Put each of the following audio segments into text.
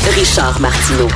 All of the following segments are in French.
Richard Martineau.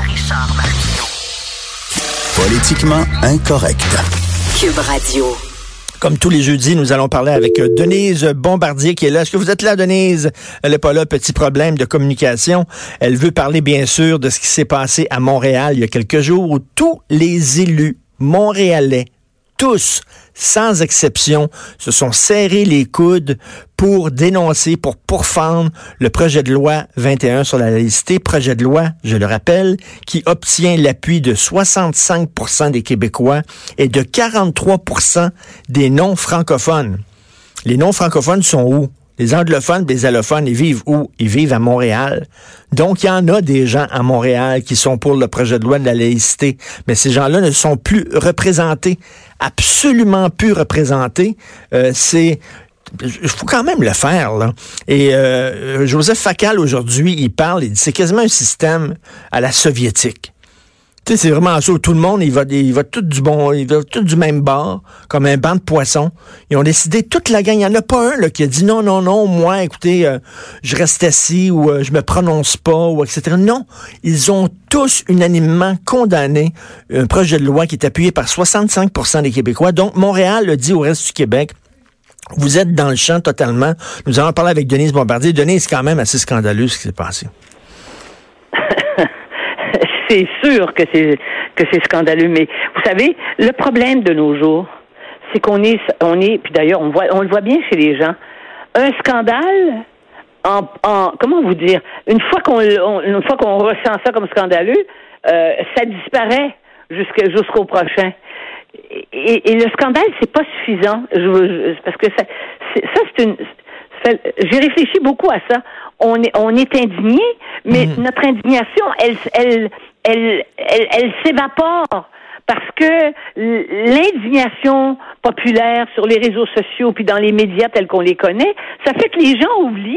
Politiquement incorrect. Cube Radio. Comme tous les jeudis, nous allons parler avec Denise Bombardier qui est là. Est-ce que vous êtes là, Denise? Elle n'est pas là, petit problème de communication. Elle veut parler, bien sûr, de ce qui s'est passé à Montréal il y a quelques jours où tous les élus montréalais, tous, sans exception, se sont serrés les coudes pour dénoncer, pour pourfendre le projet de loi 21 sur la laïcité. Projet de loi, je le rappelle, qui obtient l'appui de 65% des Québécois et de 43% des non-francophones. Les non-francophones sont où? Les anglophones, les allophones, ils vivent où? Ils vivent à Montréal. Donc, il y en a des gens à Montréal qui sont pour le projet de loi de la laïcité. Mais ces gens-là ne sont plus représentés. Absolument plus représentés. Il faut quand même le faire, là. Et Joseph Facal, aujourd'hui, il parle, il dit c'est quasiment un système à la soviétique. Tu sais, c'est vraiment ça où tout le monde, il va tout du même bord, comme un banc de poissons. Ils ont décidé, toute la gang, il n'y en a pas un là, qui a dit non, moi, écoutez, je reste assis ou je me prononce pas, ou etc. Non, ils ont tous unanimement condamné un projet de loi qui est appuyé par 65% des Québécois. Donc, Montréal le dit au reste du Québec. Vous êtes dans le champ totalement. Nous allons parler avec Denise Bombardier. Denise, c'est quand même assez scandaleux ce qui s'est passé. C'est sûr que c'est scandaleux, mais vous savez, le problème de nos jours, c'est qu'on est, puis d'ailleurs on le voit bien chez les gens, un scandale comment vous dire, une fois qu'on ressent ça comme scandaleux, ça disparaît jusqu'au prochain. Et le scandale, c'est pas suffisant, parce que j'ai réfléchi beaucoup à ça. On est indigné, mais notre indignation, elle s'évapore parce que l'indignation populaire sur les réseaux sociaux puis dans les médias tels qu'on les connaît, ça fait que les gens oublient.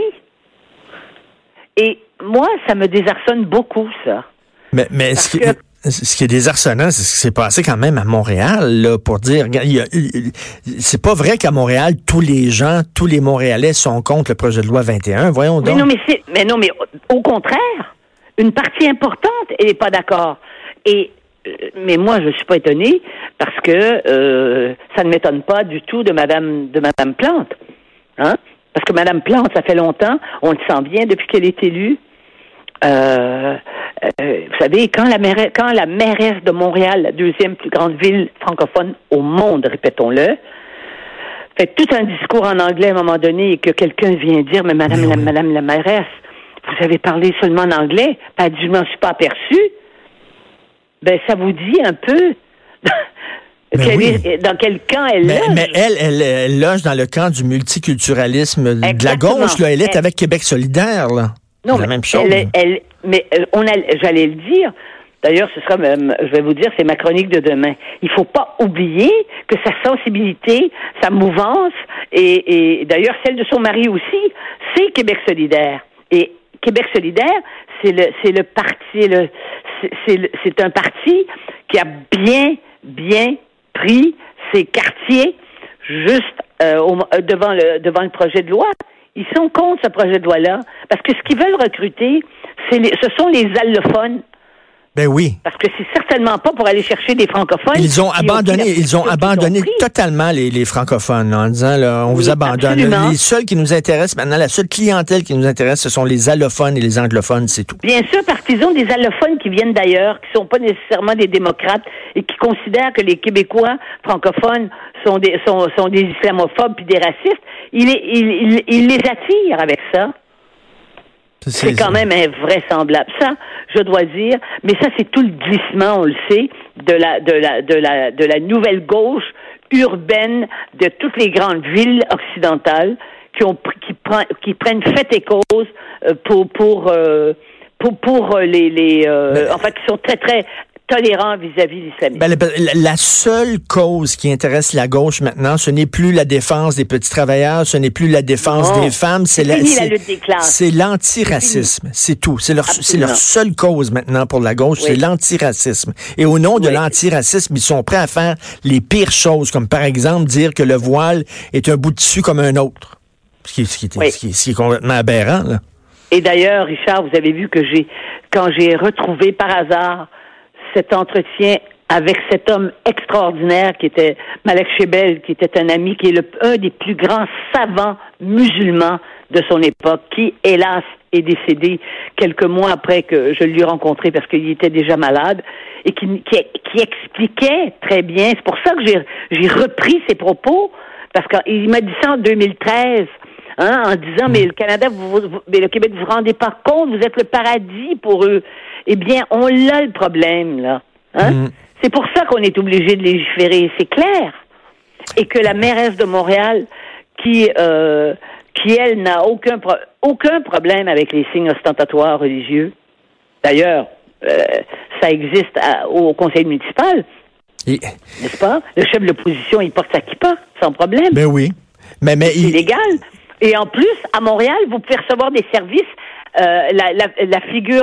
Et moi, ça me désarçonne beaucoup, ça. Mais ce qui est désarçonnant, c'est ce qui s'est passé quand même à Montréal, là, pour dire, c'est pas vrai qu'à Montréal, tous les Montréalais sont contre le projet de loi 21. Voyons donc. Mais au contraire, une partie importante, elle n'est pas d'accord. Mais moi, je suis pas étonnée parce que ça ne m'étonne pas du tout de Madame Plante, hein? Parce que Madame Plante, ça fait longtemps, on le sent bien depuis qu'elle est élue. Vous savez, quand la mairesse de Montréal, la deuxième plus grande ville francophone au monde, répétons-le, fait tout un discours en anglais à un moment donné et que quelqu'un vient dire, mais Madame la mairesse, vous avez parlé seulement en anglais, elle dit, je m'en suis pas aperçue. Ben, ça vous dit un peu dans quel camp elle loge. Mais elle loge dans le camp du multiculturalisme de la gauche, là. Elle est avec Québec solidaire, là. Non, c'est la même chose. J'allais le dire. D'ailleurs, ce sera, je vais vous dire, c'est ma chronique de demain. Il faut pas oublier que sa sensibilité, sa mouvance, et d'ailleurs celle de son mari aussi, c'est Québec solidaire. Et Québec solidaire, c'est le parti, c'est un parti qui a bien pris ses quartiers juste devant le projet de loi. Ils sont contre ce projet de loi-là parce que ce qu'ils veulent recruter, ce sont les allophones. Ben oui. Parce que c'est certainement pas pour aller chercher des francophones. Ils ont abandonné totalement les francophones en disant là, on vous abandonne. Absolument. Les seuls qui nous intéressent maintenant, la seule clientèle qui nous intéresse, ce sont les allophones et les anglophones, c'est tout. Bien sûr, parce qu'ils ont des allophones qui viennent d'ailleurs, qui sont pas nécessairement des démocrates et qui considèrent que les Québécois francophones sont des islamophobes puis des racistes. Ils les attirent avec ça. C'est quand même invraisemblable. Ça, je dois dire, mais ça, c'est tout le glissement, on le sait, de la nouvelle gauche urbaine de toutes les grandes villes occidentales qui prennent fait et cause pour les en fait, qui sont très, très tolérants vis-à-vis de l'islamisme. La seule cause qui intéresse la gauche maintenant, ce n'est plus la défense des petits travailleurs, ce n'est plus la défense des femmes, c'est la lutte des classes. C'est l'antiracisme, c'est tout. C'est leur seule cause maintenant pour la gauche, c'est l'antiracisme. Et au nom de l'antiracisme, ils sont prêts à faire les pires choses, comme par exemple dire que le voile est un bout de tissu comme un autre. Ce qui est complètement aberrant, là. Et d'ailleurs, Richard, vous avez vu que quand j'ai retrouvé par hasard cet entretien avec cet homme extraordinaire qui était Malek Shebel, qui était un ami, qui est un des plus grands savants musulmans de son époque, qui, hélas, est décédé quelques mois après que je l'ai rencontré parce qu'il était déjà malade, et qui expliquait très bien. C'est pour ça que j'ai repris ses propos, parce qu'il m'a dit ça en 2013, en disant, mais le Canada, mais le Québec, vous vous rendez pas compte, vous êtes le paradis pour eux. Eh bien, on l'a le problème, là. C'est pour ça qu'on est obligé de légiférer, c'est clair. Et que la mairesse de Montréal, qui elle, n'a aucun problème avec les signes ostentatoires religieux. D'ailleurs, ça existe au conseil municipal, n'est-ce pas? Le chef de l'opposition, il porte sa kippa, sans problème. Ben oui. Mais c'est légal. Et en plus, à Montréal, vous pouvez recevoir des services, la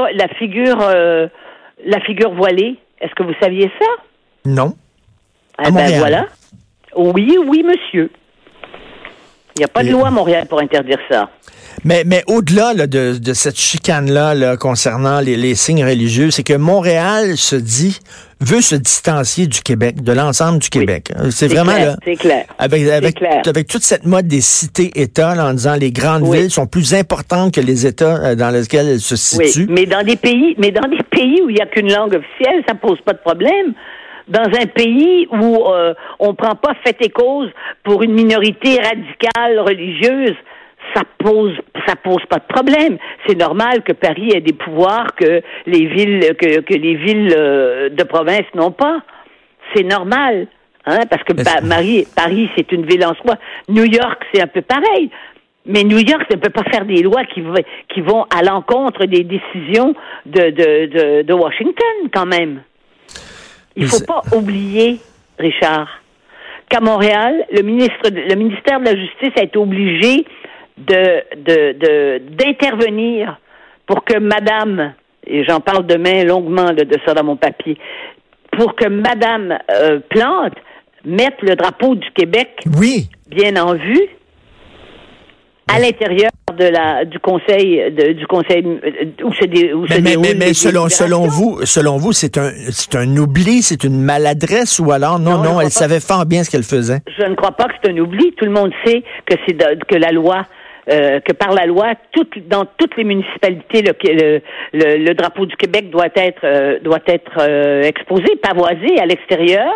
figure voilée. Est-ce que vous saviez ça? Non. Ah, ben voilà. Oui, monsieur. Il n'y a pas de loi à Montréal pour interdire ça. Mais au-delà là, de cette chicane-là là, concernant les signes religieux, c'est que Montréal veut se distancier du Québec, de l'ensemble du Québec. C'est vraiment clair, là. C'est clair. Avec toute cette mode des cités-États, là, en disant les grandes villes sont plus importantes que les États dans lesquels elles se situent. Oui, mais dans des pays où il n'y a qu'une langue officielle, ça pose pas de problème. Dans un pays où on prend pas fait et cause pour une minorité radicale religieuse, ça pose pas de problème. C'est normal que Paris ait des pouvoirs que les villes de province n'ont pas. C'est normal, parce que Paris c'est une ville en soi. New York c'est un peu pareil. Mais New York ne peut pas faire des lois qui vont à l'encontre des décisions de Washington quand même. Il faut pas oublier, Richard, qu'à Montréal, le ministère de la Justice a été obligé d'intervenir pour que Madame, et j'en parle demain longuement de ça dans mon papier, pour que Madame Plante mette le drapeau du Québec bien en vue à l'intérieur du conseil où se déroule. Mais selon vous, c'est un oubli, c'est une maladresse, ou alors non, elle savait fort bien ce qu'elle faisait. Je ne crois pas que c'est un oubli. Tout le monde sait que la loi, que par la loi, dans toutes les municipalités, le drapeau du Québec doit être exposé, pavoisé à l'extérieur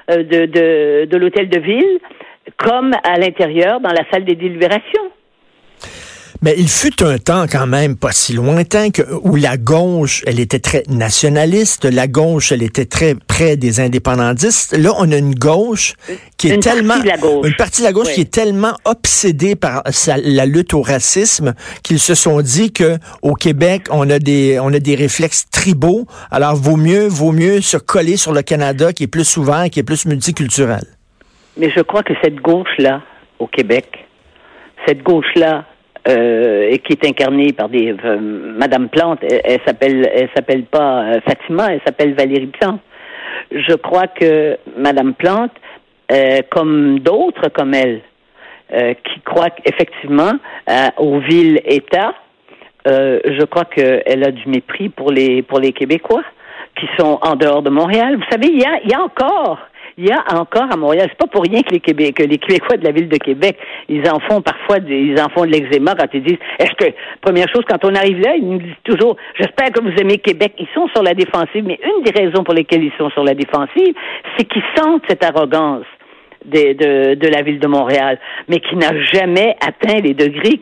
de l'hôtel de ville, comme à l'intérieur dans la salle des délibérations. Mais il fut un temps quand même pas si lointain où la gauche, elle était très nationaliste, la gauche, elle était très près des indépendantistes. Là, on a une gauche qui est une partie de la gauche qui est tellement obsédée par la lutte au racisme qu'ils se sont dit que au Québec, on a des réflexes tribaux. Alors vaut mieux se coller sur le Canada qui est plus ouvert, qui est plus multiculturel. Mais je crois que cette gauche-là au Québec, cette gauche-là et qui est incarnée par Madame Plante, elle s'appelle pas Fatima, elle s'appelle Valérie Plante. Je crois que Madame Plante, comme d'autres comme elle, qui croient effectivement aux villes-États, je crois qu'elle a du mépris pour les Québécois qui sont en dehors de Montréal. Vous savez, il y a encore à Montréal, c'est pas pour rien que les Québécois de la ville de Québec, ils en font de l'eczéma quand ils disent, première chose, quand on arrive là, ils nous disent toujours, j'espère que vous aimez Québec. Ils sont sur la défensive, mais une des raisons pour lesquelles ils sont sur la défensive, c'est qu'ils sentent cette arrogance de la ville de Montréal, mais qui n'a jamais atteint les degrés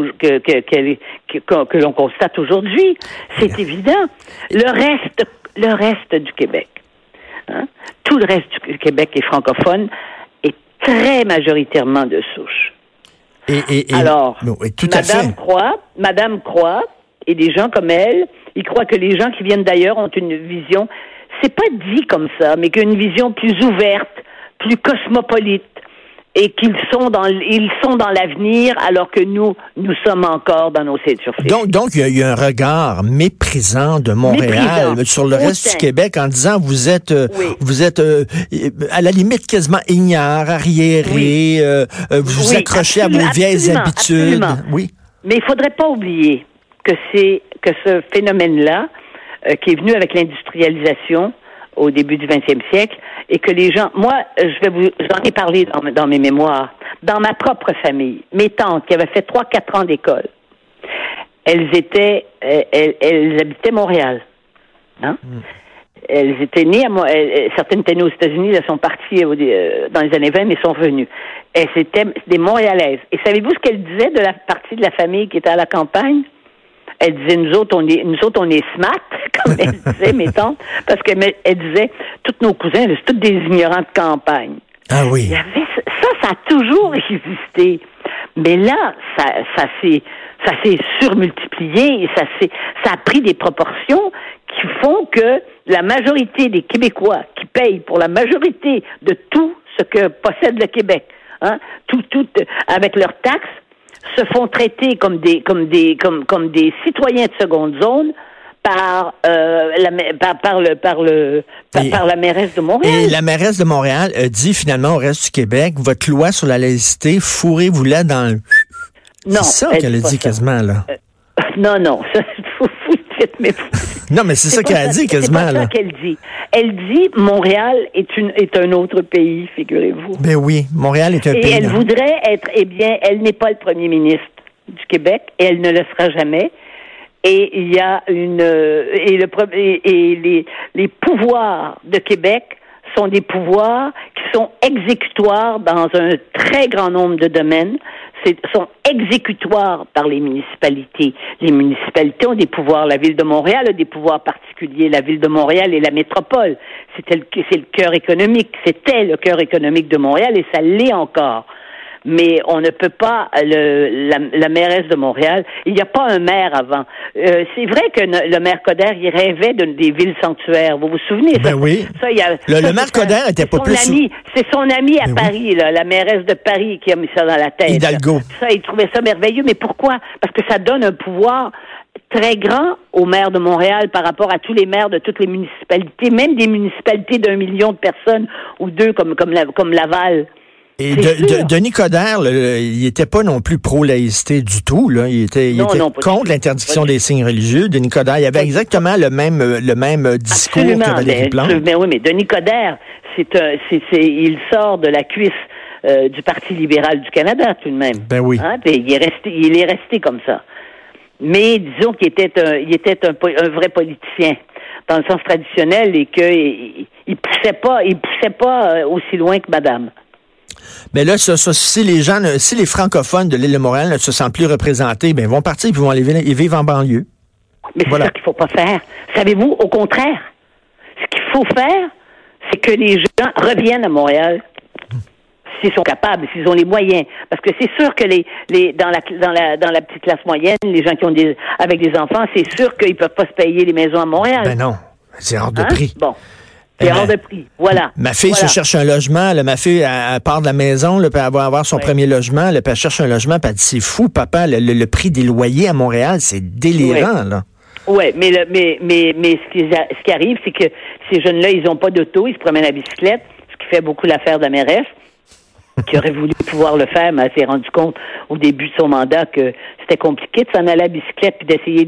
que l'on constate aujourd'hui. C'est évident. Le reste du Québec, tout le reste du Québec est francophone et très majoritairement de souche. Alors, Madame Croix et des gens comme elle, ils croient que les gens qui viennent d'ailleurs ont une vision, c'est pas dit comme ça, mais qu'une vision plus ouverte, plus cosmopolite, et qu'ils sont dans l'avenir alors que nous sommes encore dans nos ceintures. Donc il y a un regard méprisant de Montréal sur le reste du Québec en disant vous êtes à la limite quasiment ignare, arriéré, vous vous accrochez à vos vieilles habitudes. Absolument. Oui. Mais il faudrait pas oublier que ce phénomène-là, qui est venu avec l'industrialisation au début du 20e siècle, et que les gens, moi, j'en ai parlé dans mes mémoires, dans ma propre famille, mes tantes qui avaient fait 3-4 ans d'école, elles habitaient Montréal, hein? Elles étaient nées certaines étaient nées aux États-Unis, elles sont parties dans les années 20, mais sont revenues. Elles étaient des Montréalaises. Et savez-vous ce qu'elles disaient de la partie de la famille qui était à la campagne? Elle disait, nous autres, on est smart, comme elle disait, mes tantes, parce qu'elle disait, tous nos cousins, c'est tous des ignorants de campagne. Ah oui. Ça a toujours existé. Mais là, ça s'est surmultiplié et ça a pris des proportions qui font que la majorité des Québécois qui payent pour la majorité de tout ce que possède le Québec, hein, tout avec leurs taxes, se font traiter comme des citoyens de seconde zone par la mairesse de Montréal. Et la mairesse de Montréal a dit finalement au reste du Québec, votre loi sur la laïcité, fourrez-vous-la dans le... Non, c'est ça qu'elle a dit quasiment, là. Non, ça, non, mais c'est ça qu'elle a dit quasiment, là. C'est pas ça qu'elle dit. Elle dit Montréal est un autre pays, figurez-vous. Ben oui, Montréal est un pays. Et elle voudrait être, elle n'est pas le premier ministre du Québec, et elle ne le sera jamais. Et il y a les pouvoirs de Québec sont des pouvoirs qui sont exécutoires dans un très grand nombre de domaines. Sont exécutoires par les municipalités. Les municipalités ont des pouvoirs. La Ville de Montréal a des pouvoirs particuliers. La Ville de Montréal est la métropole. C'est le cœur économique. C'était le cœur économique de Montréal et ça l'est encore. Mais on ne peut pas, la mairesse de Montréal, il n'y a pas un maire avant. C'est vrai que le maire Coder, il rêvait des villes sanctuaires. Vous vous souvenez? Ben oui. Le maire Coder était pas plus... C'est son ami à Paris, là, la mairesse de Paris qui a mis ça dans la tête. Hidalgo. Ça, il trouvait ça merveilleux. Mais pourquoi? Parce que ça donne un pouvoir très grand au maire de Montréal par rapport à tous les maires de toutes les municipalités, même des municipalités d'1 million de personnes ou deux comme Laval. Et Denis Coderre, il était pas non plus pro-laïcité du tout. Là. Il était contre l'interdiction des signes religieux. Denis Coderre, il avait exactement le même discours que Valérie Plante. Mais oui, mais Denis Coderre, il sort de la cuisse du Parti libéral du Canada tout de même. Ben oui. Hein? Il est resté comme ça. Mais disons qu'il était un vrai politicien dans le sens traditionnel et qu'il poussait pas aussi loin que Madame. Mais là, si les francophones de l'île de Montréal ne se sentent plus représentés, ben ils vont partir et ils vont aller vivre en banlieue. Mais c'est ça qu'il faut pas faire. Savez-vous, au contraire, ce qu'il faut faire, c'est que les gens reviennent à Montréal s'ils sont capables, s'ils ont les moyens. Parce que c'est sûr que dans la petite classe moyenne, les gens qui ont avec des enfants, c'est sûr qu'ils peuvent pas se payer les maisons à Montréal. Ben non, c'est hors de prix. Bon. C'est hors de prix, voilà. Ma fille se cherche un logement. Là, ma fille, elle part de la maison, là, puis elle va avoir son premier logement. Là, puis elle cherche un logement, puis elle dit, c'est fou, papa, le prix des loyers à Montréal, c'est délirant, là. Oui, mais ce qui arrive, c'est que ces jeunes-là, ils n'ont pas d'auto, ils se promènent à bicyclette, ce qui fait beaucoup l'affaire de la mairesse, qui aurait voulu pouvoir le faire, mais elle s'est rendue compte au début de son mandat que c'était compliqué de s'en aller à bicyclette puis d'essayer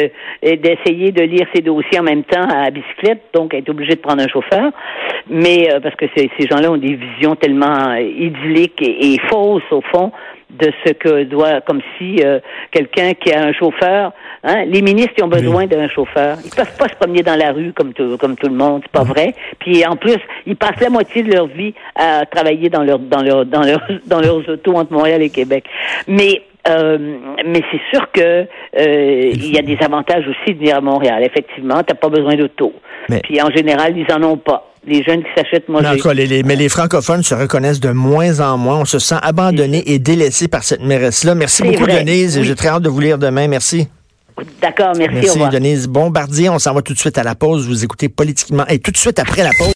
de lire ses dossiers en même temps à bicyclette, donc elle est obligée de prendre un chauffeur. Mais parce que ces gens-là ont des visions tellement idylliques et fausses au fond de ce que doit, comme si quelqu'un qui a un chauffeur, hein, les ministres ils ont besoin d'un chauffeur. Ils peuvent pas se promener dans la rue comme tout le monde, c'est pas vrai. Puis en plus, ils passent la moitié de leur vie à travailler dans leurs autos entre Montréal et Québec. Mais c'est sûr que il y a des avantages aussi de venir à Montréal. Effectivement, t'as pas besoin d'auto. Puis en général, ils en ont pas. Les jeunes qui s'achètent mais les francophones se reconnaissent de moins en moins. On se sent abandonné et délaissé par cette mairesse-là. Merci beaucoup, Denise. Oui. J'ai très hâte de vous lire demain. Merci. D'accord, merci. Merci, Denise Bombardier. On s'en va tout de suite à la pause. Vous écoutez Politiquement. Et tout de suite après la pause.